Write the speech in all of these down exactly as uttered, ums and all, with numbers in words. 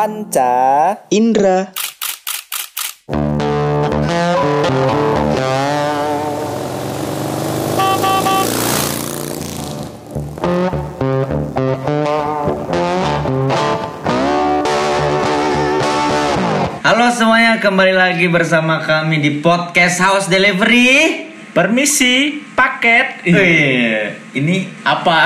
Panca Indra. Halo semuanya, kembali lagi bersama kami di podcast House Delivery. Permisi, paket. Wih, ini Apa?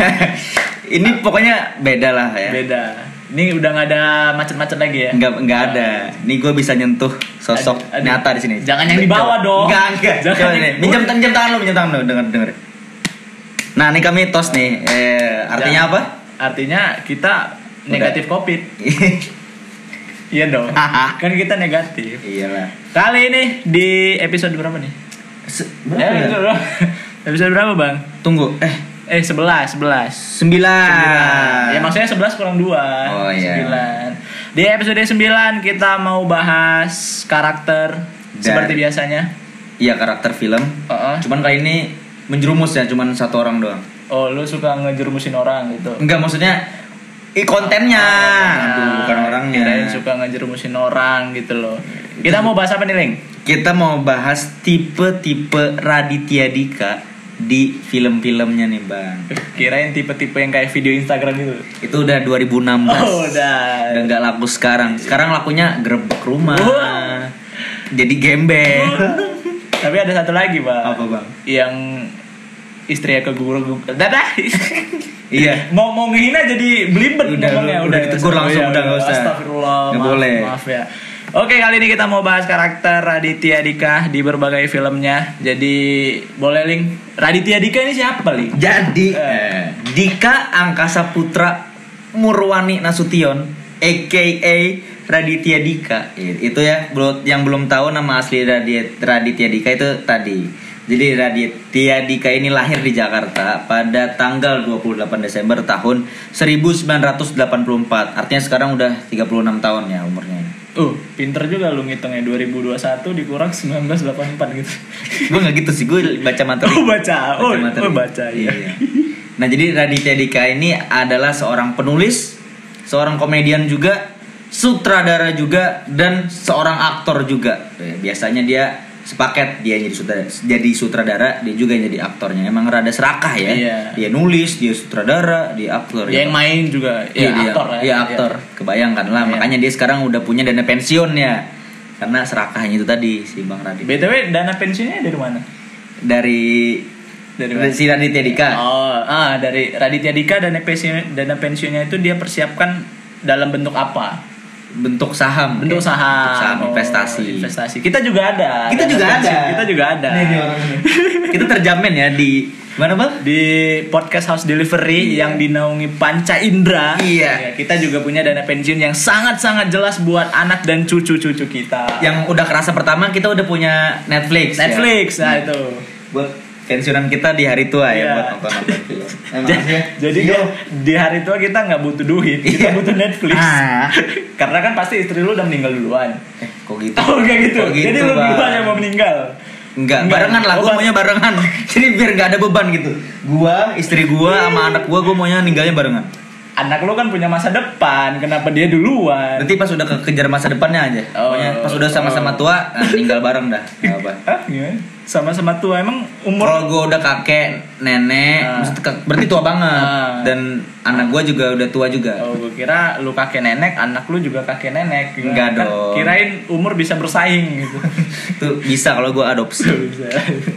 ini pokoknya beda lah ya. Beda. Ini udah nggak ada macet-macet lagi ya? Enggak enggak ada. Ini gue bisa nyentuh sosok Aduh, aduh. nyata di sini. Jangan yang di bawah dong. Enggak enggak. Jangan Coba yang- nih, minjam minjam tangan lu, minjam tangan lu, denger denger. Nah, ini kami tos nih. Eh, artinya Jangan. apa? Artinya kita negatif COVID. Iya dong. Kan kita negatif. Iyalah. Kali ini di episode berapa nih? Se- Eh, berapa ya? episode berapa? Episode berapa, Bang? Tunggu. Eh, Eh, sebelas, sebelas. sembilan. Ya maksudnya sebelas kurang dua. Oh, iya. sembilan. Di episode sembilan kita mau bahas karakter Dan- seperti biasanya. Iya, karakter film. Heeh. Cuman kali ini menjerumus ya, cuman satu orang doang. Oh, lu suka ngejerumusin orang gitu. Enggak, maksudnya i kontennya. Aduh, bukan orangnya. Kirain suka ngejerumusin orang gitu loh. Kita mau bahas apa nih, Leng? Kita mau bahas tipe-tipe Raditya Dika di film-filmnya nih, Bang. Kirain tipe-tipe yang kayak video Instagram gitu. Itu udah dua ribu enam belas. Oh, udah. Udah nggak laku sekarang. Sekarang lakunya gerbek rumah. Wah. Jadi gembel. Tapi ada satu lagi, Bang. Apa, Bang? Yang istrinya ke guru dadah. Iya. mau mau ngehina jadi belibet Udah, ngomongnya. udah ditegur ya, langsung, ya, udah, nggak usah. Astagfirullah. Nggak maaf, boleh. Maaf ya. Oke, kali ini kita mau bahas karakter Raditya Dika di berbagai filmnya. Jadi boleh, Ling. Raditya Dika ini siapa, Ling? Jadi Eh. eh, Dika Angkasa Putra Murwani Nasution A K A Raditya Dika. Itu ya, buat yang belum tahu nama asli Radit- Raditya Dika itu tadi. Jadi Raditya Dika ini lahir di Jakarta pada tanggal dua puluh delapan Desember tahun seribu sembilan ratus delapan puluh empat. Artinya sekarang udah tiga puluh enam tahun ya umurnya. Uh, pinter juga lu ngitungnya dua ribu dua puluh satu dikurang seribu sembilan ratus delapan puluh empat gitu. Gue nggak gitu sih, gue baca materi. Oh, baca. Oh, materi. oh, baca, iya. Nah, jadi Raditya Dika ini adalah seorang penulis, seorang komedian juga, sutradara juga, dan seorang aktor juga. Eh, Biasanya dia sepaket, dia jadi sutradara, jadi sutradara, dia juga yang jadi aktornya. Emang rada serakah ya. Iya. Dia nulis, dia sutradara, dia aktor. Dia ya. yang main juga. Iya, Ya, dia, aktor ya. Iya, aktor. Kebayangkan lah, Iya. makanya dia sekarang udah punya dana pensiun ya. Karena serakahnya itu tadi si Bang Radit. B T W dana pensiunnya dari mana? Dari Dari dari si Raditya Dika. Oh, ah dari Raditya Dika dana pensiun dana pensiunnya itu dia persiapkan dalam bentuk apa? Bentuk saham. Bentuk kayak. saham, Bentuk saham Oh, investasi. investasi. Kita juga ada. Kita Dana juga pensiun. ada. Kita juga ada. Nih, nih orang ini. Kita terjamin ya di mana, Bang? Di podcast House Delivery Iya. yang dinaungi Panca Indra. Iya. Ya, kita juga punya dana pensiun yang sangat-sangat jelas buat anak dan cucu-cucu kita. Yang udah kerasa pertama kita udah punya Netflix. Netflix, ya. nah itu. Buat pensiunan kita di hari tua Iya. ya buat nonton-nonton film. Emang Ja- ya. Jadi Iya. di- di hari tua kita nggak butuh duit, kita Iya. butuh Netflix. Ah. Karena kan pasti istri lu udah meninggal duluan. Eh, kok gitu? Oh kayak gitu. Kok gitu, Jadi lu Bang? duluan yang mau meninggal. Enggak, Enggak. barengan lah, Oh, gue bar- maunya barengan. Jadi biar gak ada beban gitu. Gua, istri gua sama anak gua, gua maunya ninggalnya barengan. Anak lu kan punya masa depan, kenapa dia duluan? Nanti pas udah kekejar masa depannya aja. Oh. Pokoknya pas udah sama-sama tua, nah, tinggal bareng dah. Gak apa. Hah, gimana? Sama-sama tua emang umur Kalau gue udah kakek, nenek, Ah. maksud ke- berarti tua banget. Ah. Dan anak gue juga udah tua juga. Oh, gue kira lu kakek nenek, anak lu juga kakek nenek. Enggak Kan dong. Kirain umur bisa bersaing gitu. Itu bisa kalau gue adopsi. Bisa.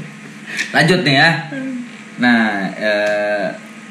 Lanjut nih ya. Nah, eh,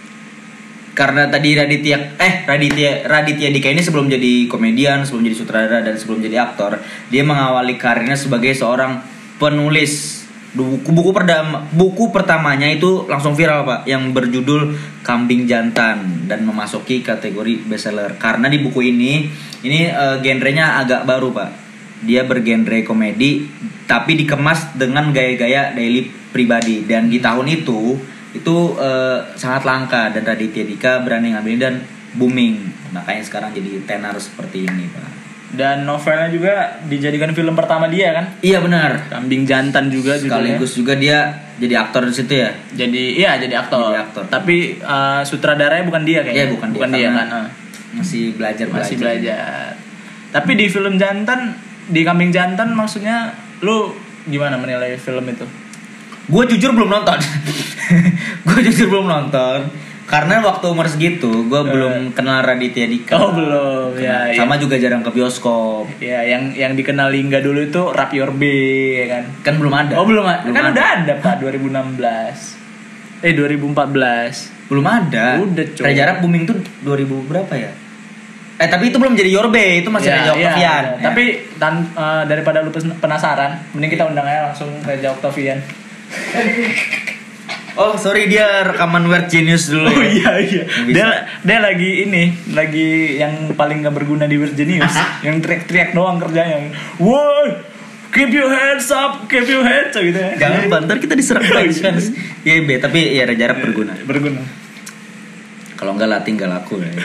karena tadi Raditya eh Raditya Raditya Dika ini sebelum jadi komedian, sebelum jadi sutradara dan sebelum jadi aktor, dia mengawali karirnya sebagai seorang penulis. Buku-buku pertama buku pertamanya itu langsung viral, Pak, yang berjudul Kambing Jantan dan memasuki kategori bestseller. Karena di buku ini ini uh, genrenya agak baru, Pak. Dia bergenre komedi tapi dikemas dengan gaya-gaya daily pribadi, dan di tahun itu itu uh, sangat langka dan Raditya Dika berani ngambil dan booming. Makanya sekarang jadi tenar seperti ini, Pak. Dan novelnya juga dijadikan film pertama dia kan? Iya benar. Kambing Jantan juga judulnya. Sekaligus juga dia jadi aktor di situ ya. Jadi iya jadi aktor. Jadi aktor. Tapi uh, sutradaranya bukan dia kayaknya. Iya, bukan dia, dia karena kan. uh. Masih belajar Masih belajar. Tapi di film Jantan, di Kambing Jantan maksudnya lu gimana menilai film itu? Gue jujur belum nonton. Gue jujur belum nonton. Karena waktu umur segitu gue uh. belum kenal Raditya Dika. Oh belum, ya. Sama ya. juga jarang ke bioskop. Ya, yang yang dikenal Lingga dulu itu Rap Your B, ya kan? Kan belum ada. Oh belum ada. Belum Kan ada. udah ada Pak dua ribu enam belas. Eh dua ribu empat belas. Belum ada. Udah coy. Raja Rap booming tuh dua ribu berapa ya? Eh tapi itu belum jadi Your B, itu masih ya, Reza Octavian. Ya, ya. Tapi tan, uh, daripada lu penasaran, mending kita undang aja langsung Reza Octavian. Oh sorry, dia rekaman Weird Genius dulu. Oh ya? iya iya. Dia dia lagi ini, lagi yang paling gak berguna di Weird Genius, yang teriak-teriak doang kerjanya. Woi, keep your hands up, keep your hands up gitu ya. Jangan bantar kita diserang fans fans. Iya be, tapi ya jarak berguna. Berguna. Kalau enggak lah tinggal aku ya.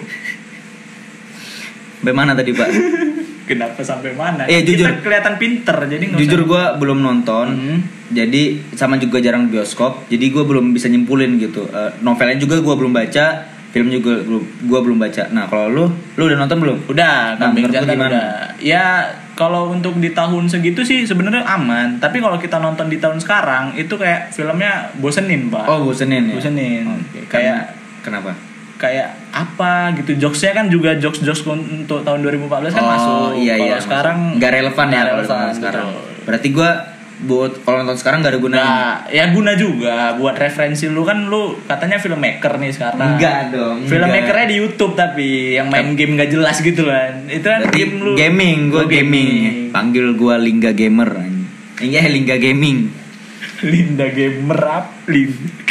Bagaimana tadi Pak? Kenapa sampai mana? Eh, jujur. Kita kelihatan pinter, jadi nggak jujur usah. gue belum nonton, Hmm. jadi sama juga jarang bioskop, jadi gue belum bisa nyimpulin gitu. Uh, novelnya juga gue belum baca, film juga belum gue belum baca. Nah kalau lu, lu udah nonton belum? Udah, Nah, Kambing menurut lu Jantan gimana? udah. Ya kalau untuk di tahun segitu sih sebenarnya aman, tapi kalau kita nonton di tahun sekarang itu kayak filmnya bosenin pak. Oh bosenin ya. Bosenin. Oke, Kayak kenapa? kayak apa gitu, jokesnya kan juga jokes jokes untuk tahun dua ribu empat belas kan Oh, masuk. iya, kalau iya, sekarang nggak relevan ya nggak kalau relevan, nonton sekarang. betul. Berarti gue buat kalau nonton sekarang nggak ada gunanya. Nah, ya guna juga buat referensi lu kan, lu katanya filmmaker nih sekarang. Enggak dong. Filmmakernya di YouTube tapi yang main game gak jelas gitu kan. Itu kan Berarti game lu. gaming, gue Lu gaming. Panggil gue Lingga Gamer. Iya Lingga Gaming. Linda Gamer up Lin.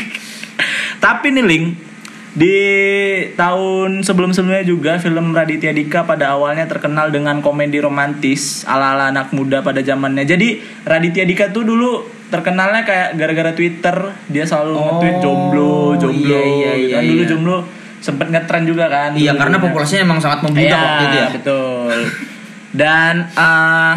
Tapi nih Ling, di tahun sebelum-sebelumnya juga film Raditya Dika pada awalnya terkenal dengan komedi romantis ala-ala anak muda pada zamannya. Jadi Raditya Dika tuh dulu terkenalnya kayak gara-gara Twitter, dia selalu Oh, nge-tweet jomblo, jomblo. iya, iya, iya, kan dulu iya. jomblo sempet ngetren juga kan. Iya dulu. karena populasinya emang sangat membludak Iya, waktu itu ya. betul. Dan uh,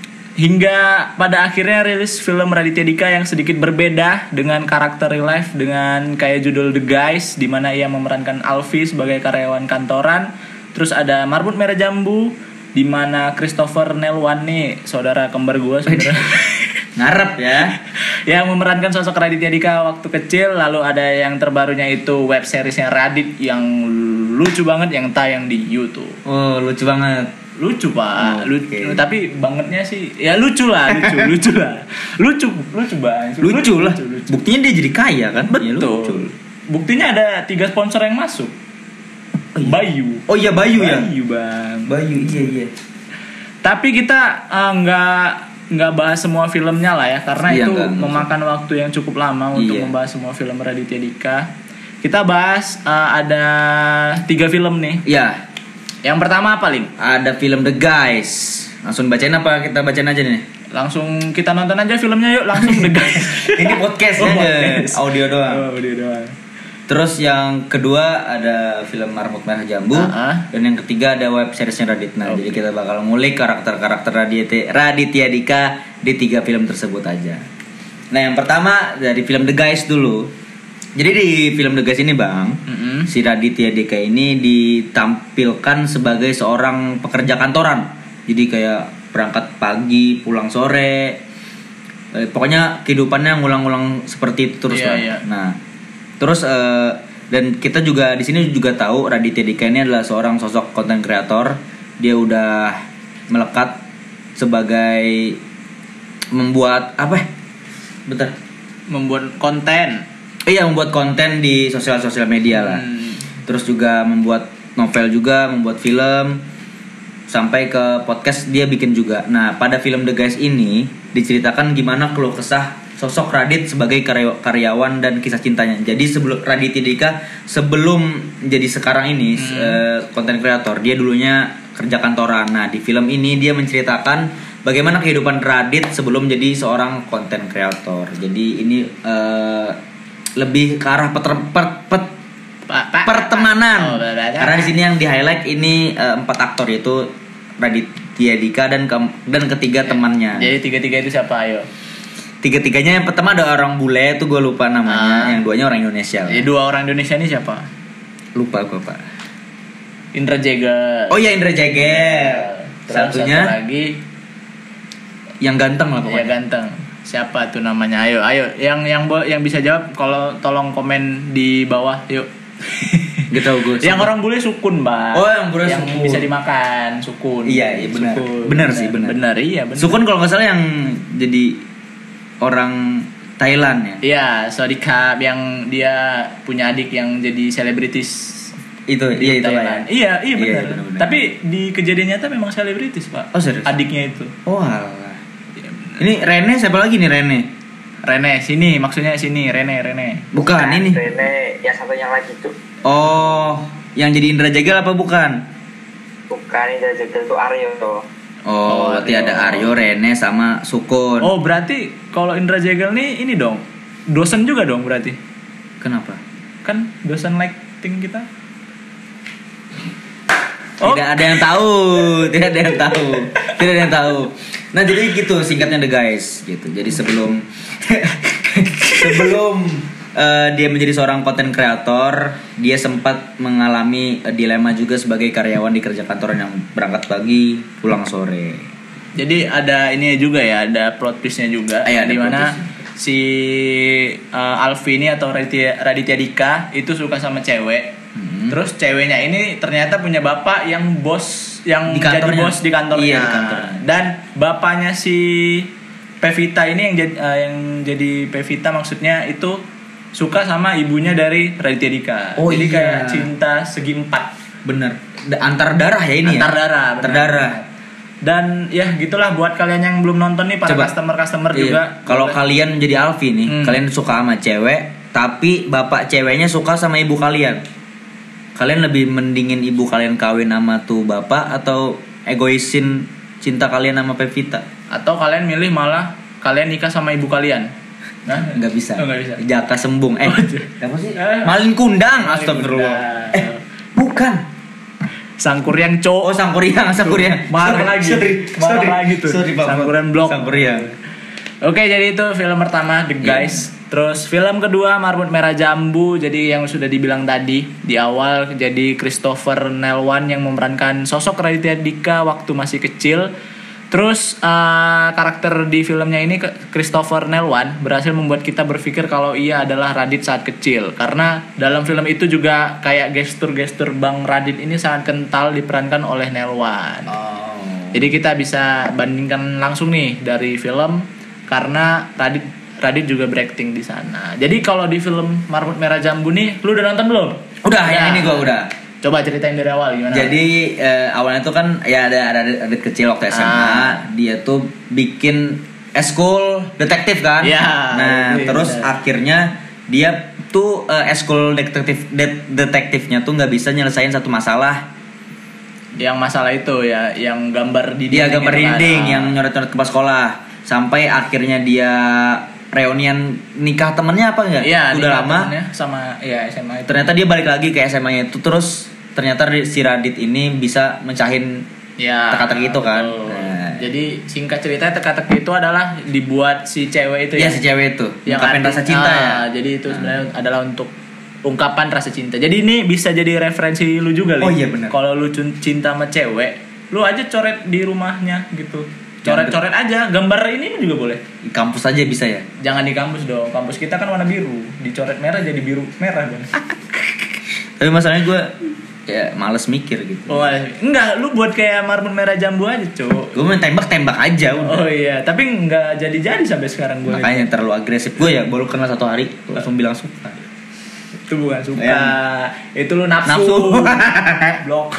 hingga pada akhirnya rilis film Raditya Dika yang sedikit berbeda dengan karakter real life dengan kayak judul The Guys, di mana ia memerankan Alfi sebagai karyawan kantoran. Terus ada Marbut Merah Jambu di mana Christopher Nelwan nih saudara kembar gua sebenarnya. Ngarep ya. Yang memerankan sosok Raditya Dika waktu kecil. Lalu ada yang terbarunya itu web seriesnya Radit yang lucu banget yang tayang di YouTube. Oh lucu banget. Lucu pak, Oh, lucu. okay. Tapi bangetnya sih, ya lucu lah, lucu, lucu lah, lucu, lucu bang, Lucu, lah. lucu, lucu. Buktinya dia jadi kaya kan? Ya, Betul. lucu. Buktinya ada tiga sponsor yang masuk. Oh, iya. Bayu. Oh iya Bayu, ya. Bayu bang. Bayu iya iya. Tapi kita eh, nggak nggak bahas semua filmnya lah ya, karena Iya, itu enggak, enggak. memakan waktu yang cukup lama untuk Iya. membahas semua film Raditya Dika. Kita bahas eh, ada tiga film nih. Iya. Yang pertama apa, Ling? Ada film The Guys. Langsung bacain apa kita bacain aja nih? Langsung kita nonton aja filmnya yuk, langsung The Guys. Ini podcast Oh, aja, podcast. audio doang. Oh, audio doang. Terus yang kedua ada film Marmut Merah Jambu. Ah, ah. Dan yang ketiga ada web seriesnya Raditna. Oke. Jadi kita bakal ngulik karakter-karakter Raditya, Raditya Dika di tiga film tersebut aja. Nah yang pertama dari film The Guys dulu. Jadi di film The Guys ini bang, Mm-mm. si Raditya Dika ini ditampilkan sebagai seorang pekerja kantoran. Jadi kayak berangkat pagi, pulang sore. Eh, pokoknya kehidupannya ngulang-ngulang seperti itu terus Iya, lah. iya. Nah, terus eh, dan kita juga di sini juga tahu Raditya Dika ini adalah seorang sosok konten kreator. Dia udah melekat sebagai membuat apa? Bentar. Membuat konten. Iya, membuat konten di sosial-sosial media lah. Hmm. Terus juga membuat novel juga, membuat film, sampai ke podcast dia bikin juga. Nah, pada film The Guys ini diceritakan gimana keluh kesah sosok Radit sebagai karya- karyawan dan kisah cintanya. Jadi sebelum Raditya Dika sebelum jadi sekarang ini Hmm. konten kreator, dia dulunya kerja kantoran. Nah, di film ini dia menceritakan bagaimana kehidupan Radit sebelum jadi seorang konten kreator. Jadi ini eh, lebih ke arah peter- per- pet- Pa- pa- pertemanan. Oh, ba- ba- ba- Karena di sini yang di highlight ini eh, empat aktor, yaitu Raditya Dika dan ke- dan ketiga temannya. Jadi tiga-tiga itu siapa, ayo? Tiga-tiganya yang pertama ada orang bule, itu gue lupa namanya. Ah. Yang duanya orang Indonesia. Jadi dua orang Indonesia ini siapa? Lupa gue pak. Indra Jega. Oh iya Indra Jegel. Terus Satunya satu lagi yang ganteng lah ya pokoknya. ganteng. Siapa tuh namanya? Ayo, ayo. Yang yang bo- yang bisa jawab kalau tolong komen di bawah, yuk. Gitu gue. Yang orang bule sukun, Bang. Oh, yang bule yang sukun. bisa dimakan, sukun. Iya, iya benar. Sukun. Benar sih, benar. Benar, iya benar. Sukun kalau nggak salah yang jadi orang Thailand ya. Iya, Sodikap yang dia punya adik yang jadi selebritis Itu di iya itu lah ya. Thailand. Iya, iya benar. Iya, benar-benar. Tapi di kejadian nyata memang selebritis, Pak. Oh, serius? Adiknya itu. Oh alah. Iya, benar. Ini Rene siapa lagi nih Rene? Rene, sini maksudnya sini, Rene, Rene. Bukan ini. Rene, yang satunya lagi tuh. Oh, yang jadi Indra Jagal apa bukan? Bukan Indra Jagal tuh Aryo tuh. Oh, Oh, berarti Aryo. ada Aryo, Rene sama Sukun. Oh, berarti kalau Indra Jagal nih ini dong. Dosen juga dong berarti. Kenapa? Kan dosen lighting kita. Oh. Tidak ada yang tahu, tidak ada yang tahu, tidak ada yang tahu. Nah jadi gitu singkatnya The Guys gitu. Jadi sebelum sebelum uh, dia menjadi seorang content creator, dia sempat mengalami uh, dilema juga sebagai karyawan di kerja kantoran yang berangkat pagi pulang sore. Jadi ada ini juga ya, ada plot twistnya juga. Ah, iya, ada di plot mana twistnya. si uh, Alfi ini atau Raditya, Raditya Dika itu suka sama cewek. Hmm. Terus ceweknya ini ternyata punya bapak yang bos, yang Di jadi kantornya. bos di kantornya. Iya, di kantornya. Dan bapaknya si Pevita ini yang jadi, uh, yang jadi Pevita maksudnya itu suka sama ibunya dari Raditya Dika. Oh, jadi iya. kayak cinta segi empat. Bener. Da- antar darah ya ini Antar ya. darah, Antar benar. darah. Dan ya gitulah buat kalian yang belum nonton nih para Coba. customer-customer Iya. juga. Kalau boleh. kalian menjadi Alfi nih, Hmm. kalian suka sama cewek, tapi bapak ceweknya suka sama ibu kalian. Kalian lebih mendingin ibu kalian kawin sama tuh bapak atau egoisin cinta kalian sama Pevita? Atau kalian milih malah kalian nikah sama ibu kalian. Nah, Nggak bisa. Oh, nggak bisa. Jaka Sembung. Eh, Oh, j- apa sih? Eh. Malin Kundang. Malin Astagfirullah. Kundang. Eh, bukan. Sangkuriang Oh, cowok. Sangkuriang, Sangkuriang. Marah Sorry, lagi. Sorry, Marah sorry. lagi tuh. Sorry, Pak. Sangkuriang blok. Sangkuriang. Oke, jadi itu film pertama The Guys. Terus film kedua Marmut Merah Jambu. Jadi yang sudah dibilang tadi di awal, jadi Christopher Nelwan yang memerankan sosok Raditya Dika waktu masih kecil. Terus uh, karakter di filmnya ini Christopher Nelwan berhasil membuat kita berpikir kalau ia adalah Radit saat kecil. Karena dalam film itu juga kayak gestur-gestur Bang Radit ini sangat kental diperankan oleh Nelwan. Oh. Jadi kita bisa bandingkan langsung nih dari film karena Radit Radit juga berakting di sana. Jadi kalau di film Marmut Merah Jambu nih, lu udah nonton belum? Udah, yang ini gua udah. Coba ceritain dari awal gimana? Jadi eh, awalnya tuh kan ya ada ada adik kecil waktu S M A, Ah. dia tuh bikin eskul detektif kan. Ya, Nah, iya, terus benar. akhirnya dia tuh eh, eskul detektif det- detektifnya tuh nggak bisa nyelesain satu masalah. Yang masalah itu ya, yang gambar di Dia dinding gambar itu kan. dinding Ah. yang nyoret-nyoret ke sekolah. Sampai akhirnya dia reunian nikah temennya apa enggak? Iya, Udah nikah lama. temennya sama ya S M A itu. Ternyata dia balik lagi ke S M A-nya itu, terus ternyata si Radit ini bisa mencahin Ya, teka-teki itu kan. betul. Nah. Jadi singkat cerita teka-teki itu adalah dibuat si cewek itu Iya ya. si cewek itu Yang ungkapin arti- rasa cinta ya. ah, Jadi itu sebenarnya adalah untuk ungkapan rasa cinta. Jadi ini bisa jadi referensi lu juga, Li. Oh, iya, benar. Kalau lu cun- cinta sama cewek, lu aja coret di rumahnya gitu. Coret-coret aja, gambar ini juga boleh. Di kampus aja bisa ya. Jangan di kampus dong. Kampus kita kan warna biru. Dicoret merah jadi biru merah dong. Tapi masalahnya gue ya males mikir gitu. Oh, enggak, lu buat kayak Marmut Merah Jambu aja, Cuk. Gue main tembak-tembak aja udah. Oh iya, tapi enggak jadi-jadi sampai sekarang gue. Makanya terlalu agresif gue ya, baru kenal satu hari langsung bilang suka. Itu bukan suka, Ya. itu lu nafsu. Nafsu. Blok.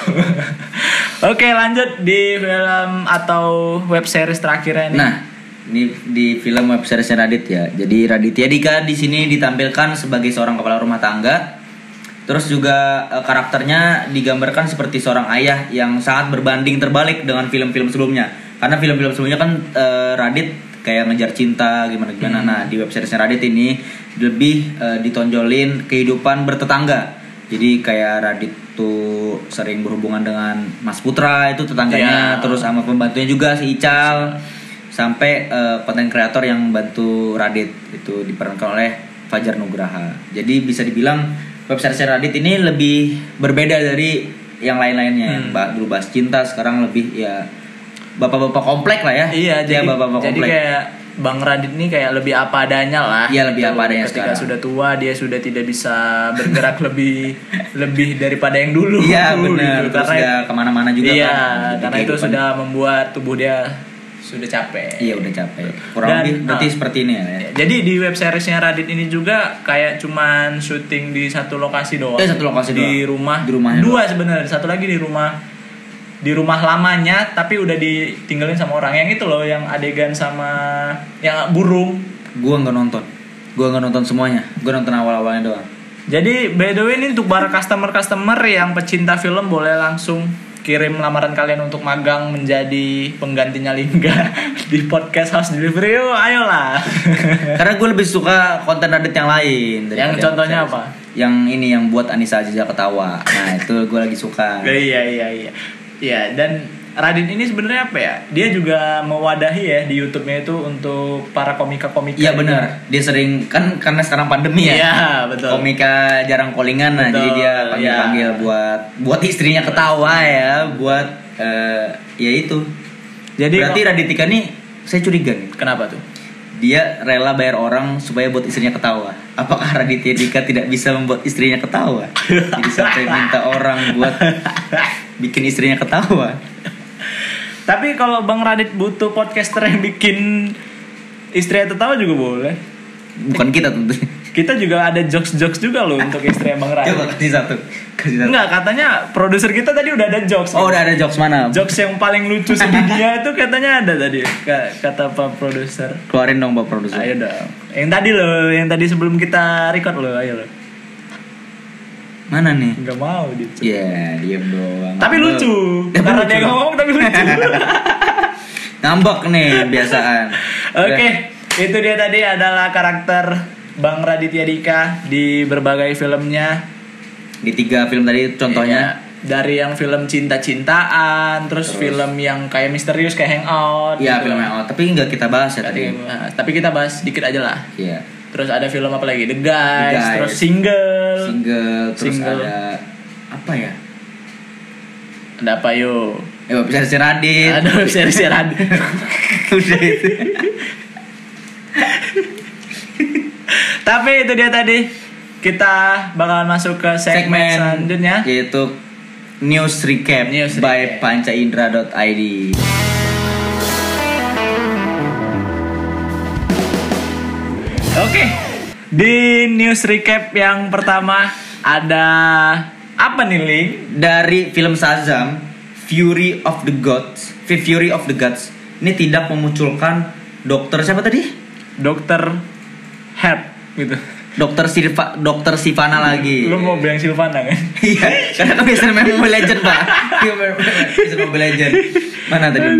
Oke, lanjut di film atau web series terakhirnya nih. Nah, ini di film web seriesnya Radit ya. Jadi Raditya Dika di sini ditampilkan sebagai seorang kepala rumah tangga. Terus juga eh, karakternya digambarkan seperti seorang ayah yang sangat berbanding terbalik dengan film-film sebelumnya. Karena film-film sebelumnya kan eh, Radit kayak ngejar cinta gimana gimana. Hmm. Nah, di web seriesnya Radit ini lebih eh, ditonjolin kehidupan bertetangga. Jadi kayak Radit tuh sering berhubungan dengan Mas Putra itu tetangganya, Ya. terus sama pembantunya juga si Ical, sampai konten kreator yang bantu Radit itu diperankan oleh Fajar Nugraha. Jadi bisa dibilang web series Radit ini lebih berbeda dari yang lain-lainnya. Hmm. Ba- Dulu bahas cinta, sekarang lebih ya bapak-bapak komplek lah ya. Iya, ya, jadi bapak-bapak jadi komplek. kayak Bang Radit nih kayak lebih apa adanya lah. Iya, lebih apa adanya Ketika sekarang. sudah tua dia sudah tidak bisa bergerak lebih lebih daripada yang dulu. Iya benar. Gitu. Terus Karena dia kemana-mana juga iya, kan. Jadi karena itu kehidupan- sudah membuat tubuh dia sudah capek. Iya udah capek. Kurang Dan, lebih berarti ah, seperti ini ya. Jadi di web seriesnya Radit ini juga kayak cuman syuting di satu lokasi doang. Eh, satu lokasi di doang. rumah. Di rumahnya Dua sebenarnya, satu lagi di rumah di rumah lamanya tapi udah ditinggalin sama orang. Yang itu loh yang adegan sama yang burung. Gua nggak nonton. Gua nggak nonton semuanya. Gua nonton awal-awalnya doang. Jadi by the way ini untuk para customer-customer yang pecinta film boleh langsung kirim lamaran kalian untuk magang menjadi penggantinya Lingga di podcast House Delivery. Yo, ayolah. Karena gue lebih suka konten Radit yang lain. Yang daripada contohnya podcast. apa? Yang ini yang buat Anissa Aziza ketawa. Nah itu gue lagi suka. Iya iya iya. Iya, dan Radit ini sebenarnya apa ya? Dia juga mewadahi ya di YouTube-nya itu untuk para komika-komika. Iya benar. Dia sering kan karena sekarang pandemi ya. Iya, betul. Komika jarang callingan, nah Betul, jadi dia panggil-panggil iya. buat buat istrinya ketawa ya, buat eh, ya itu. Jadi Berarti kok- Raditya nih saya curiga nih. Kenapa tuh? Dia rela bayar orang supaya buat istrinya ketawa. Apakah Raditya Dika tidak bisa membuat istrinya ketawa? Jadi sampai minta orang buat bikin istrinya ketawa. Tapi kalau Bang Radit butuh podcaster yang bikin istrinya tertawa juga boleh. Bukan kita tentu. Kita juga ada jokes-jokes juga loh untuk istrinya Bang Radit. Coba kasih satu. Kasih satu. Enggak, katanya produser kita tadi udah ada jokes. Oh, udah ada jokes mana? Jokes yang paling lucu sedunia itu katanya ada tadi. Ka- Kata Pak produser. Keluarin dong Pak produser. Ayo dong. Yang tadi loh, yang tadi sebelum kita record loh, ayo loh. Mana nih? Enggak mau dia. Ya, diam doang. Tapi Ngambek. lucu. Ya, Karena lucu. dia ngomong tapi lucu. Ngambek nih biasaan. Oke, itu dia tadi adalah karakter Bang Raditya Dika di berbagai filmnya. Di tiga film tadi contohnya. Iya, dari yang film cinta-cintaan, terus, Terus. film yang kayak misterius kayak Hangout. Iya, gitu. film yang tapi nggak kita bahas ya Tadi, tadi. nah, tapi kita bahas sedikit aja lah. Iya. Terus ada film apa lagi? The Guys, The Guys. terus Single. Single, terus Single. ada apa ya? Ada apa yo? Eh, web series Radit. Ada web series Radit. Udah itu. Tapi itu dia tadi. Kita bakalan masuk ke segmen, Segmen selanjutnya. yaitu News Recap News by Recap. pancaindra dot i d. Oke, di news recap yang pertama ada apa nih, Link? Dari film Shazam, Fury of the Gods, Fury of the Gods. Ini tidak memunculkan dokter siapa tadi? Dokter Help gitu. Dokter Silva, dokter Sivana lagi. Lu mau bilang Silvana kan? Iya, karena kan biasa main Mobile Legend, Pak. Iya, bisa Mobile Legend. Mana tadi?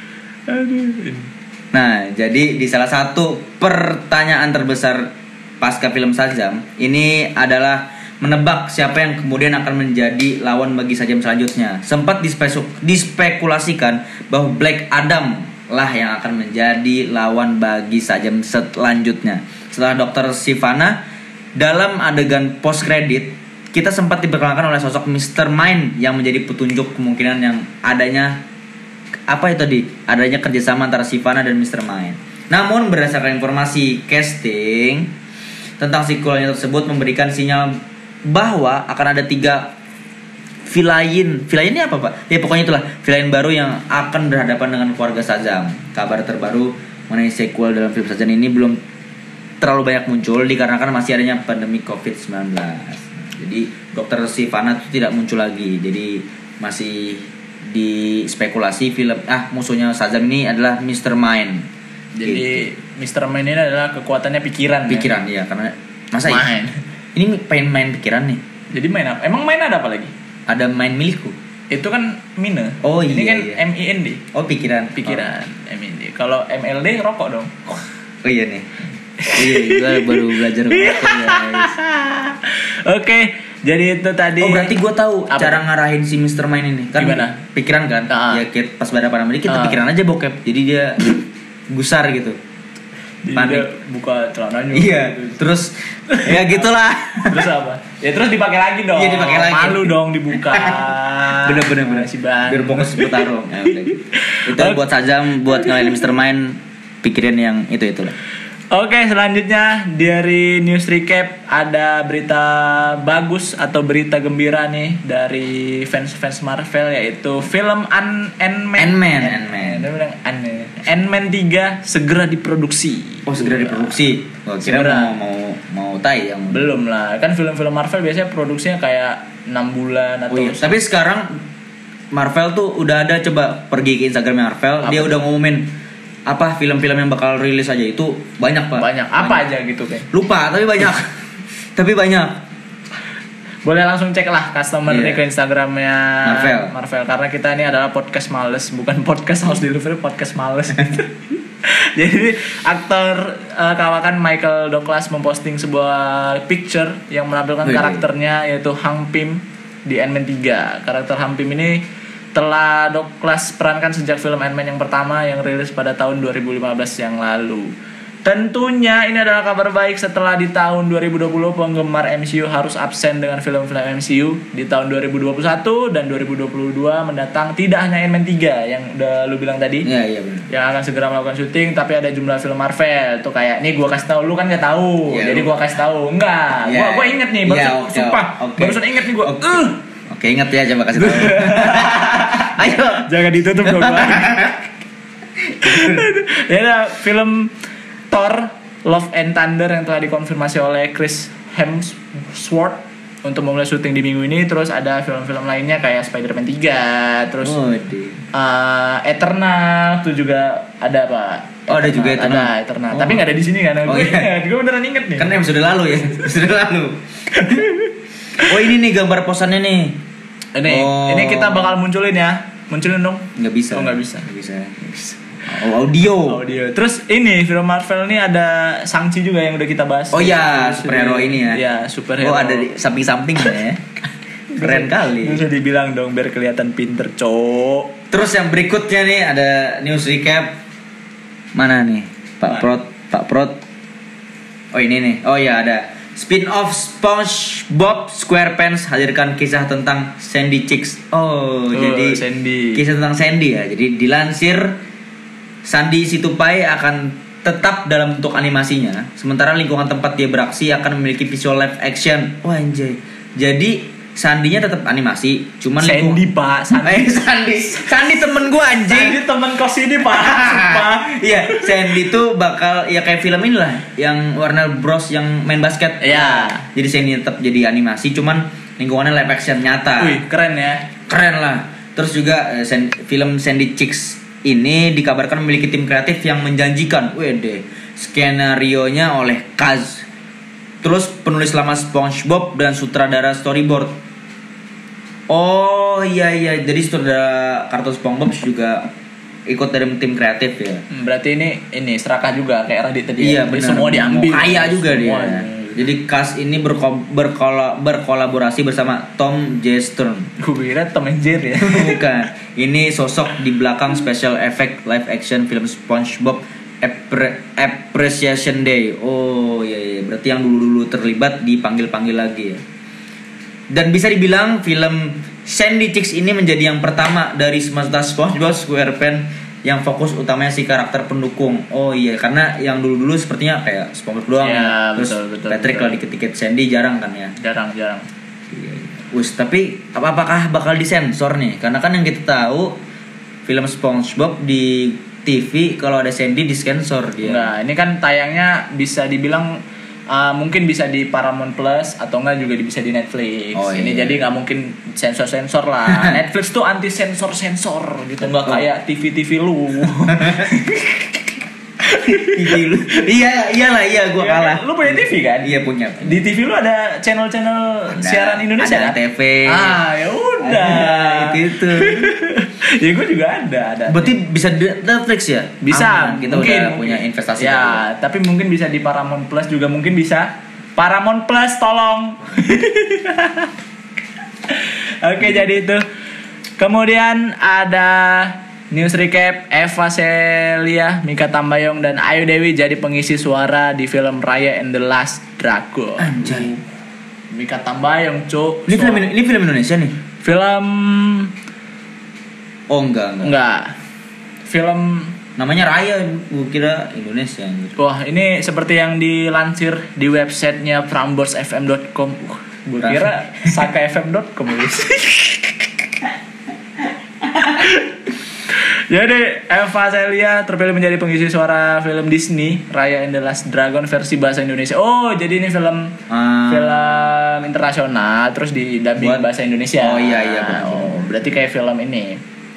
Aduh. Nah, jadi di salah satu pertanyaan terbesar pasca film Shazam ini adalah menebak siapa yang kemudian akan menjadi lawan bagi Shazam selanjutnya. Sempat dispesu- dispekulasikan bahwa Black Adam lah yang akan menjadi lawan bagi Shazam selanjutnya. Setelah dokter Sivana, dalam adegan post credit kita sempat diperkenalkan oleh sosok mister Mind yang menjadi petunjuk kemungkinan yang adanya apa itu tadi? Adanya kerjasama antara Sivana dan mister Mind. Namun berdasarkan informasi casting tentang sequelnya tersebut memberikan sinyal bahwa akan ada tiga villain. Villain ini apa, Pak? Ya pokoknya itulah villain baru yang akan berhadapan dengan keluarga Shazam. Kabar terbaru mengenai sequel dalam film Shazam ini belum terlalu banyak muncul dikarenakan masih adanya pandemi covid sembilan belas. Jadi dokter Sivana itu tidak muncul lagi. Jadi masih di spekulasi film ah musuhnya Shazam ini adalah mister Mind. Jadi mister Mind ini adalah kekuatannya pikiran. Pikiran ya, karena masa ya? ya? Main. Ini pengen main pikiran nih. Jadi main apa? Emang main ada apa lagi? Ada main milikku. Itu kan Mine. Oh, Ini iya, kan iya. M I N D. Oh pikiran. Pikiran M I N D. Kalau M L D rokok dong. Oh, oh iya nih. Iya, gue baru belajar ngerokok, guys. Oke, jadi itu tadi. Oh berarti gue tahu Apa? cara ngarahin si mister Mind ini. Kan Gimana? pikiran kan? Ah. Ya kita pas berhadapan sama dia kita Ah. pikiran aja bokep. Jadi dia gusar gitu. Jadi panik. dia buka celananya. Iya, terus ya gitulah. Terus apa? Ya terus dipakai lagi dong. Iya, dipakai lagi. Malu dong dibuka. Bener-bener bener. Si Ban. Biar fokus bertarung. Ya, udah gitu. Itu buat Sajam, buat ngalahin mister Mind, pikirin yang itu-itu lah. Oke, selanjutnya dari news recap ada berita bagus atau berita gembira nih dari fans-fans Marvel, yaitu film An- Ant-Man. Ant-Man, Ant-Man. Dia bilang Ant- Ant-Man tiga segera diproduksi. Oh, segera diproduksi. Gua kira Segera. mau mau mau tayang. Belum lah, kan film-film Marvel biasanya produksinya kayak enam bulan atau Oh, iya. Tapi sekarang Marvel tuh udah ada, coba pergi ke Instagram Marvel, Apa? dia udah ngumumin apa film-film yang bakal rilis aja itu banyak, Pak. banyak apa aja gitu kan. Lupa, tapi banyak. Tapi banyak. Boleh langsung cek lah customer Iya. nih ke Instagramnya Marvel. Marvel karena kita ini adalah podcast males, bukan podcast house delivery, podcast males gitu. Jadi aktor uh, kawakan Michael Douglas memposting sebuah picture yang menampilkan Wih. karakternya yaitu Hank Pym di Ant-Man tiga. Karakter Hank Pym ini telah Douglas perankan sejak film Ant-Man yang pertama yang rilis pada tahun dua ribu lima belas yang lalu. Tentunya ini adalah kabar baik setelah di tahun dua ribu dua puluh penggemar M C U harus absen dengan film-film M C U. Di tahun dua ribu dua puluh satu dan dua ribu dua puluh dua mendatang tidak hanya Ant-Man tiga yang udah lu bilang tadi, Iya, iya benar. yang akan segera melakukan syuting, tapi ada jumlah film Marvel tuh kayak nih gua kasih tahu, lu kan nggak tahu, Iya, jadi lu- gua kasih tahu. Enggak, Iya, gua gua inget nih, barusan iya, oke, sumpah, oke. barusan inget nih gua. Oke. Uh, Oke, ingat ya, coba kasih tahu. Ayo. jangan ditutup dong. Gua. Ya ada film Thor Love and Thunder yang telah dikonfirmasi oleh Chris Hemsworth untuk memulai syuting di minggu ini. Terus ada film-film lainnya kayak Spider-Man tiga, terus Oh, di. uh, Eternal tuh juga ada, Pak. Oh, ada juga Eternal. Ada Eternal. Oh. Tapi nggak ada di sini kan? Oh, gue iya. gue beneran inget nih. Kan episode lalu ya, episode lalu. Oh, ini nih gambar posannya nih. Ini Oh. ini kita bakal munculin ya. Munculin dong. Nggak bisa. Oh, nggak bisa. Nggak bisa. Nggak bisa. Oh, audio. Audio. Terus ini film Marvel ini ada Shang-Chi juga yang udah kita bahas. Oh iya, Terus superhero di- ini ya. Iya, superhero. Oh, ada di samping-samping ya. Keren kali. Bisa dibilang dong biar kelihatan pinter, cowok. Terus yang berikutnya nih ada news recap. Mana nih? Pak Mana? Prot, Pak Prot. Oh, ini nih. Oh iya, ada spin-off SpongeBob SquarePants hadirkan kisah tentang Sandy Chicks. Oh, Oh, jadi Sandy. kisah tentang Sandy ya. Jadi dilansir, Sandy Situpai akan tetap dalam bentuk animasinya, sementara lingkungan tempat dia beraksi akan memiliki visual live action. Wah, anjay. Jadi Sandinya tetap animasi, cuman Sandy, lingkung- Pak. Sandy. Eh, Sandy, Sandy temen gua anjing. Sandy temen kos ini, Pak. Sumpah. Iya, Sandy tuh bakal ya kayak film inilah yang Warner Bros yang main basket. Iya. Jadi Sandy tetap jadi animasi, cuman lingkungannya live action nyata. Wih, keren ya. Keren lah. Terus juga eh, San- film Sandy Chicks ini dikabarkan memiliki tim kreatif yang menjanjikan. Wede, skenario-nya oleh Kaz. Terus penulis lama SpongeBob dan sutradara storyboard. Oh iya iya, jadi sutradara kartun SpongeBob juga ikut dari tim kreatif ya. Hmm, berarti ini ini serakah juga kayak Radit tadi. Iya ya. Jadi benar. semua diambil. Mau kaya juga dia. Semuanya. Jadi cast ini berko- berkola- berkolaborasi bersama Tom J. Stern. Gue kira Tom and Jerry ya. Bukan. Ini sosok di belakang special effect live action film SpongeBob Appre- Appreciation Day. Oh iya iya, berarti yang dulu-dulu terlibat dipanggil-panggil lagi ya. Dan bisa dibilang film Sandy Chicks ini menjadi yang pertama dari semesta SpongeBob SquarePants yang fokus utamanya si karakter pendukung. Oh iya, karena yang dulu-dulu sepertinya kayak SpongeBob doang. Ya, Terus betul, betul, Patrick betul. lah dikit-dikit, Sandy jarang kan ya. Jarang, jarang. Iya, iya. Wus, tapi ap- apakah bakal disensor nih? Karena kan yang kita tahu film SpongeBob di T V kalau ada Sandy disensor dia. Enggak, ini kan tayangnya bisa dibilang uh, mungkin bisa di Paramount Plus atau enggak juga di- bisa di Netflix. Oh, Ini iya. jadi nggak mungkin sensor-sensor lah. Netflix tuh anti sensor-sensor gitu, nggak Oh. kayak T V T V lu. T V lu. Iya, iyalah, iya gua kalah. Lu punya T V kan? Iya punya. Di T V lu ada channel-channel Ada. siaran Indonesia Ada kan? T V. Ah, ya udah. Ada, itu itu. Ya gue juga ada, ada. Berarti bisa di Netflix ya? Bisa, Aman, kita mungkin, udah mungkin. punya investasi. Ya, tadi. tapi mungkin bisa di Paramount Plus juga mungkin bisa. Paramount Plus tolong. Oke, jadi itu. Kemudian ada News recap, Eva Celia, Mikha Tambayong dan Ayu Dewi jadi pengisi suara di film Raya and the Last Dragon. Anjay. Mikha Tambayong, Cuk. Ini film ini film Indonesia nih. Film Oh enggak enggak. enggak. Film Namanya Raya, gue kira Indonesia anjir. wah, ini seperti yang dilansir di websitenya prambors f m dot com. Uh, gue kira saka f m dot com. Jadi Eva Celia terpilih menjadi pengisi suara film Disney Raya and the Last Dragon versi bahasa Indonesia. Oh, jadi ini film Ah. film internasional terus di dubbing Buat- bahasa Indonesia. Oh, iya, iya, benar. Oh, berarti kayak film ini.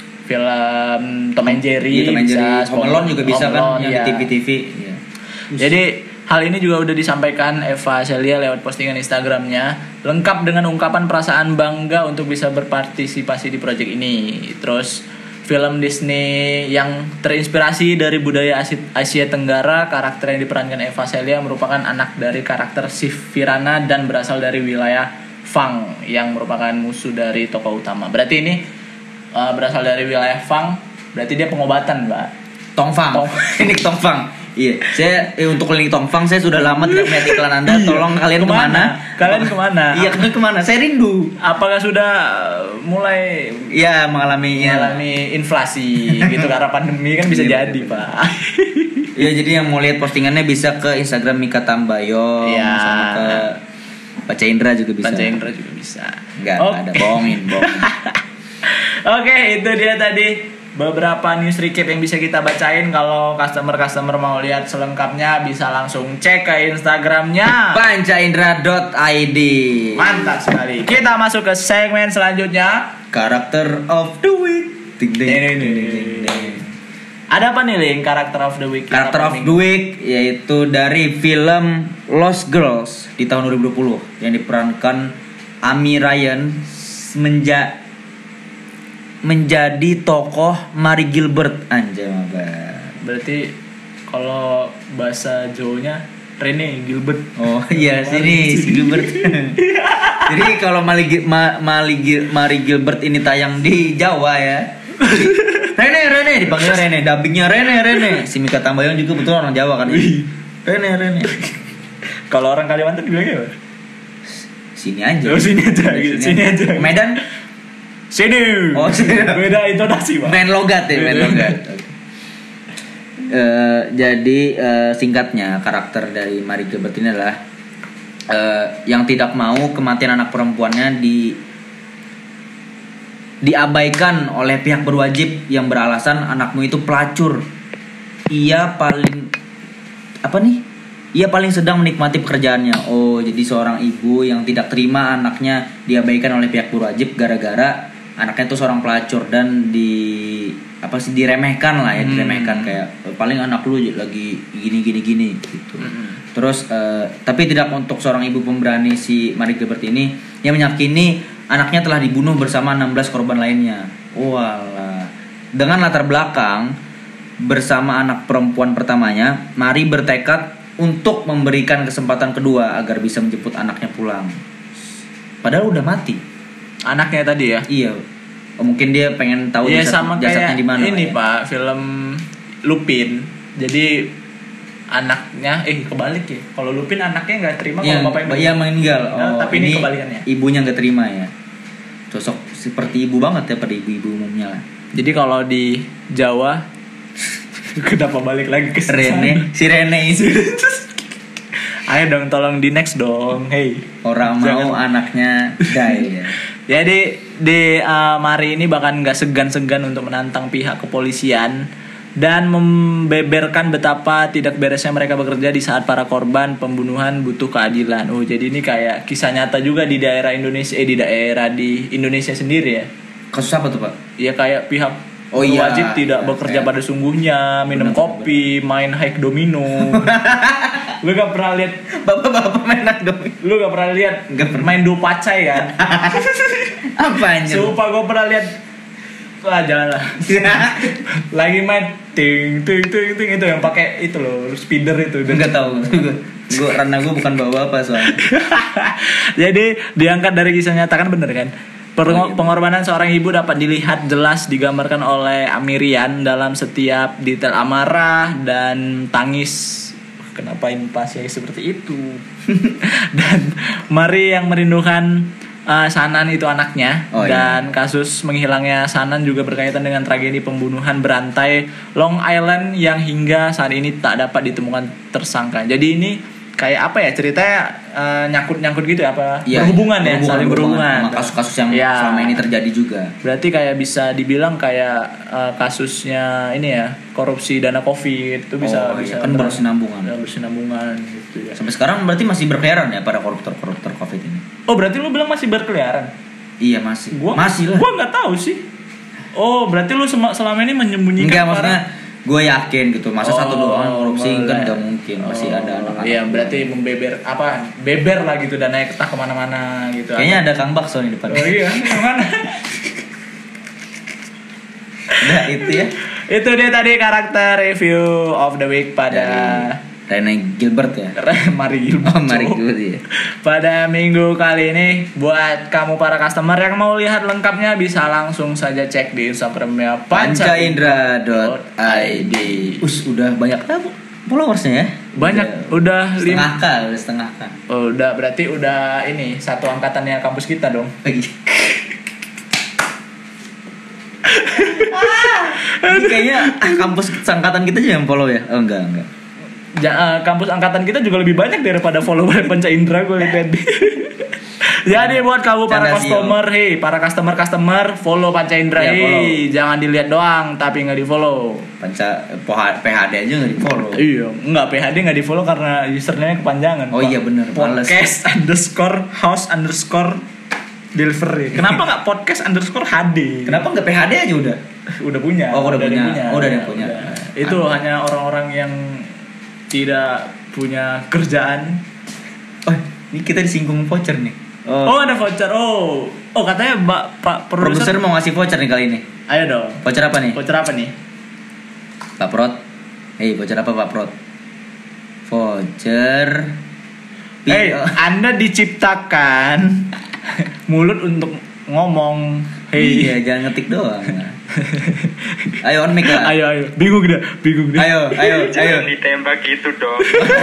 Film Tom and Jerry, Iya, Tom and Jerry. bisa, Home Alone juga bisa Home kan Alone, yang iya. di T V T V. Iya. Jadi hal ini juga udah disampaikan Eva Celia lewat postingan Instagramnya, lengkap dengan ungkapan perasaan bangga untuk bisa berpartisipasi di proyek ini. Terus film Disney yang terinspirasi dari budaya Asia, Asia Tenggara, karakter yang diperankan Eva Celia merupakan anak dari karakter Sif Virana dan berasal dari wilayah Fang yang merupakan musuh dari tokoh utama. Berarti ini uh, berasal dari wilayah Fang, berarti dia pengobatan, Mbak. Tongfang. Tong- Klinik Tongfang. Iya, saya eh, untuk klinik Tongfang saya sudah lama tidak melihat iklan Anda. Tolong kalian kemana? Kalian kemana? Iya, kalian kemana? Saya rindu. Apakah sudah uh, mulai Iya, mengalami ya. mengalami inflasi gitu karena pandemi kan bisa Iya, jadi, betul. Pak. Iya, jadi yang mau lihat postingannya bisa ke Instagram Mikha Tambayong, Iya. sama ke Pak Cendra juga bisa. Pak Cendra juga bisa. Enggak, Oke. enggak ada bohongin, bohongin. Oke, itu dia tadi beberapa news recap yang bisa kita bacain. Kalau customer-customer mau lihat selengkapnya bisa langsung cek ke Instagramnya. pancaindra dot i d. Mantap sekali. Kita masuk ke segmen selanjutnya. Karakter of the week. Ding, ding, Ding, ding, ding, ding, ding, ding, ding. ding. Ada apa nih, Ling? Karakter of the week. Karakter Kita of per the week yaitu dari film Lost Girls di tahun dua ribu dua puluh yang diperankan Amy Ryan menja menjadi tokoh Mary Gilbert. Anjay, maba. Berarti kalau bahasa Jawa-nya Rene Gilbert. Oh iya, sini si Gilbert. Jadi kalau Mary, Gil- Ma- Mary, Gil- Mary Gilbert ini tayang di Jawa ya. Rene Rene dipanggil Rene, dubbingnya Rene Rene. Si Mikha Tambayong juga betul orang Jawa kan. Wih. Rene Rene. Kalau orang Kalimantan bilangnya apa? Sini aja. Oh, sini aja, gitu. Sini aja. Medan Sini. Oh, sini. Beda intonasi, Pak. main logat ya, main logat. Eh, jadi eh, singkatnya karakter dari Mary Gilbert ini adalah eh, yang tidak mau kematian anak perempuannya di diabaikan oleh pihak berwajib yang beralasan anakmu itu pelacur. Ia paling apa nih? Ia paling sedang menikmati pekerjaannya. Oh, jadi seorang ibu yang tidak terima anaknya diabaikan oleh pihak berwajib gara-gara anaknya itu seorang pelacur dan di apa sih diremehkan lah ya, Hmm. diremehkan kayak paling anak lu lagi gini gini gini gitu. Hmm. Terus eh, tapi tidak untuk seorang ibu pemberani si Mary Gilbert ini yang meyakini anaknya telah dibunuh bersama enam belas korban lainnya. Walah. Dengan latar belakang bersama anak perempuan pertamanya, Mary bertekad untuk memberikan kesempatan kedua agar bisa menjemput anaknya pulang. Padahal udah mati. Anaknya tadi ya. Iya. Oh, mungkin dia pengen tahu Iya, jasad, sama jasadnya kayak di mana. ini, ya? Pak, film Lupin. Jadi anaknya eh kebalik ya. Kalau Lupin anaknya nggak terima Iya, kalau bapaknya iya meninggal. Nah, Oh, tapi ini kebalikannya. Ibunya nggak terima ya. Sosok seperti ibu banget ya pada ibu-ibu umumnya lah. Jadi kalau di Jawa kenapa balik lagi ke sana? Rene, si Rene itu Ayo dong, tolong di next dong. Hey. orang mau Jangan. anaknya die ya. Jadi di uh, Mari ini bahkan nggak segan-segan untuk menantang pihak kepolisian dan membeberkan betapa tidak beresnya mereka bekerja di saat para korban pembunuhan butuh keadilan. Oh, jadi ini kayak kisah nyata juga di daerah Indonesia, eh di daerah di Indonesia sendiri ya. Kasus apa tuh, Pak? Ya kayak pihak Oh iya, wajib tidak iya, bekerja iya. pada sungguhnya, minum Benar, kopi, main hike domino. Lu gak pernah lihat Bapak-bapak main dong. lu gak pernah lihat Nggak pernah. main dupacai kan? Apa anjir? Sumpah gue pernah lihat. Wah, jangan lah. Lagi main ting ting ting ting itu yang pakai itu loh, speeder itu. Enggak tahu. Gue karena gue bukan bawa apa soalnya. Jadi diangkat dari kisah nyata kan bener kan? Per- Oh, iya. Pengorbanan seorang ibu dapat dilihat jelas digambarkan oleh Amirian dalam setiap detail amarah dan tangis. Kenapa ini pasnya seperti itu? Dan Mari yang merindukan uh, Sanan itu anaknya. Oh, dan kasus menghilangnya Sanan juga berkaitan dengan tragedi pembunuhan berantai Long Island yang hingga saat ini tak dapat ditemukan tersangka. Jadi ini kayak apa ya ceritanya, uh, nyangkut-nyangkut gitu ya, apa Ya, berhubungan ya, saling berhubungan sama kasus-kasus yang Ya. selama ini terjadi juga. Berarti kayak bisa dibilang kayak uh, kasusnya ini ya, korupsi dana Covid itu bisa Oh, bisa iya. Kan ter- berkesinambungan. ya, berkesinambungan gitu ya. Sampai sekarang berarti masih berkeliaran ya para koruptor-koruptor Covid ini. Oh, berarti lu bilang masih berkeliaran? Iya masih. Gua masih lah. Gua nggak tahu sih. Oh, berarti lu sema- selama ini menyembunyikan Enggak, para- maksudnya gue yakin gitu. Masa Oh, satu doang korupsi kan boleh. nggak mungkin. Masih Oh, ada anak-anak. Iya, berarti membeber apa? Beber lah gitu, dananya ketah kemana-mana gitu. Kayaknya ada Kang Bakso nih depan. Oh iya, kemana? Udah itu ya. Itu dia tadi karakter review of the week pada Rene Gilbert ya. Mari Gilbert. Oh, Mari Gilbert ya. Pada minggu kali ini, buat kamu para customer yang mau lihat lengkapnya bisa langsung saja cek di Instagramnya pancaindra dot i d. Us udah banyak apa followersnya ya? Banyak, udah setengah lima. k, udah setengah k. Oh, udah berarti udah ini satu angkatannya kampus kita dong. Lagi. Ini kayaknya ah, kampus angkatan kita aja yang follow ya? Oh enggak, enggak. Ja, eh, kampus angkatan kita juga lebih banyak daripada follower Panca Indra gue lihat tadi. Jadi buat kamu para Canda sih, customer, hei para customer customer follow Panca Indra, Ya, follow. hei jangan dilihat doang tapi nggak di follow. Panca P H D aja nggak di follow. Iya, nggak P H D nggak di follow karena username kepanjangan. Oh Pak. iya, bener, males. Podcast underscore house underscore delivery. Kenapa nggak podcast underscore H D? Kenapa nggak P H D aja udah? Udah punya. Oh, udah ada yang punya. Oh, udah ada yang punya. Udah. Itu hanya orang-orang yang tidak punya kerjaan. Oh, ini kita disinggung voucher nih. Oh, ada voucher. Oh, oh katanya Mbak Pak Produser produser. mau ngasih voucher nih kali ini. Ayo dong. Voucher apa nih? Voucher apa nih? Pak Prot. Hei, voucher apa Pak Prot? Voucher. Hei, Pi- Anda diciptakan mulut untuk ngomong. Hei. Iya, jangan ngetik doang. Ayo on mic lah. Ayo, ayo. Bingung dah, bingung dah. Ayo, ayo, ayo. Jangan ditembak gitu dong.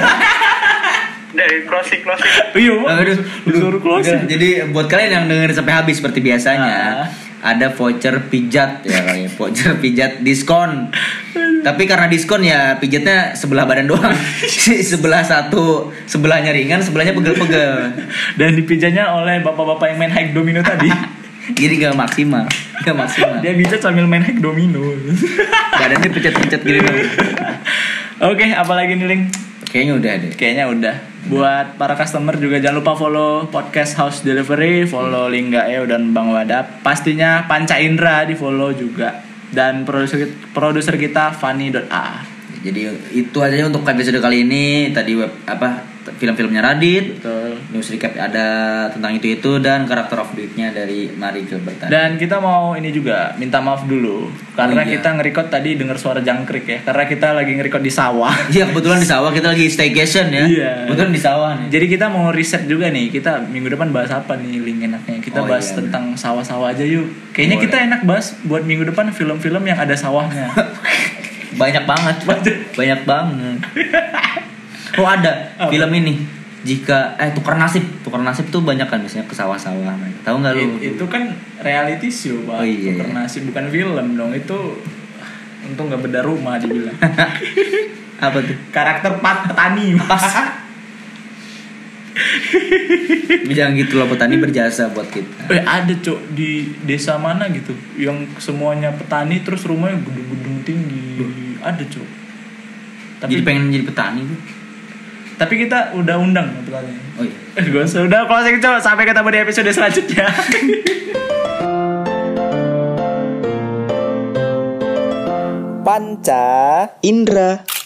Dari closing closing. Iya, Aduh, disuruh closing. Udah, jadi buat kalian yang dengerin sampai habis seperti biasanya, Ah. ada voucher pijat ya kali, voucher pijat diskon. Tapi karena diskon ya pijatnya sebelah badan doang. Sebelah satu, sebelahnya ringan, sebelahnya pegel-pegel. Dan dipijanya oleh bapak-bapak yang main hack domino tadi. Jadi gak maksimal, gak maksimal. Dia bisa sambil main hack domino. Badannya pencet-pencet gini dong. Oke, apalagi nih Ling? Kayaknya udah deh. Kayaknya udah. Buat para customer juga jangan lupa follow podcast House Delivery, follow Lingga Eo dan Bang Wadap. Pastinya Panca Indra di follow juga. Dan produser produser kita Fanny.a. Jadi itu aja untuk episode kali ini. Tadi web apa film-filmnya Radit, Betul. news recap ada tentang itu itu dan karakter of the week-nya dari Mari Gilbert tadi. Dan kita mau ini juga minta maaf dulu karena Oh, iya. kita nge-record tadi dengar suara jangkrik ya. Karena kita lagi nge-record di sawah. Iya, kebetulan di sawah kita lagi staycation ya. Iya. Kebetulan di sawah nih. Jadi kita mau riset juga nih. Kita minggu depan bahas apa nih link enaknya? Kita Oh, bahas iya, tentang sawah-sawah aja yuk. Kayaknya Boleh. kita enak bahas buat minggu depan film-film yang ada sawahnya. Banyak banget, banyak banget. Oh ada Apa? film ini. Jika eh tukar nasib, tukar nasib tuh banyak kan biasanya ke sawah-sawah. Tahu nggak lu? It- itu kan reality show, Pak. Oh, iya, Tukar iya. nasi bukan film dong. Itu untung nggak beda rumah dibilang. Apa tuh? Karakter pat petani, Mas. Jangan gitu loh, petani berjasa buat kita. Eh ada cok di desa mana gitu yang semuanya petani terus rumahnya gedung-gedung tinggi. Ada cok. Tapi Jadi pengen jadi petani tuh. tapi kita udah undang petani. Oh iya. Eh gue sudah closing cok. Sampai ketemu di episode selanjutnya. Panca Indra.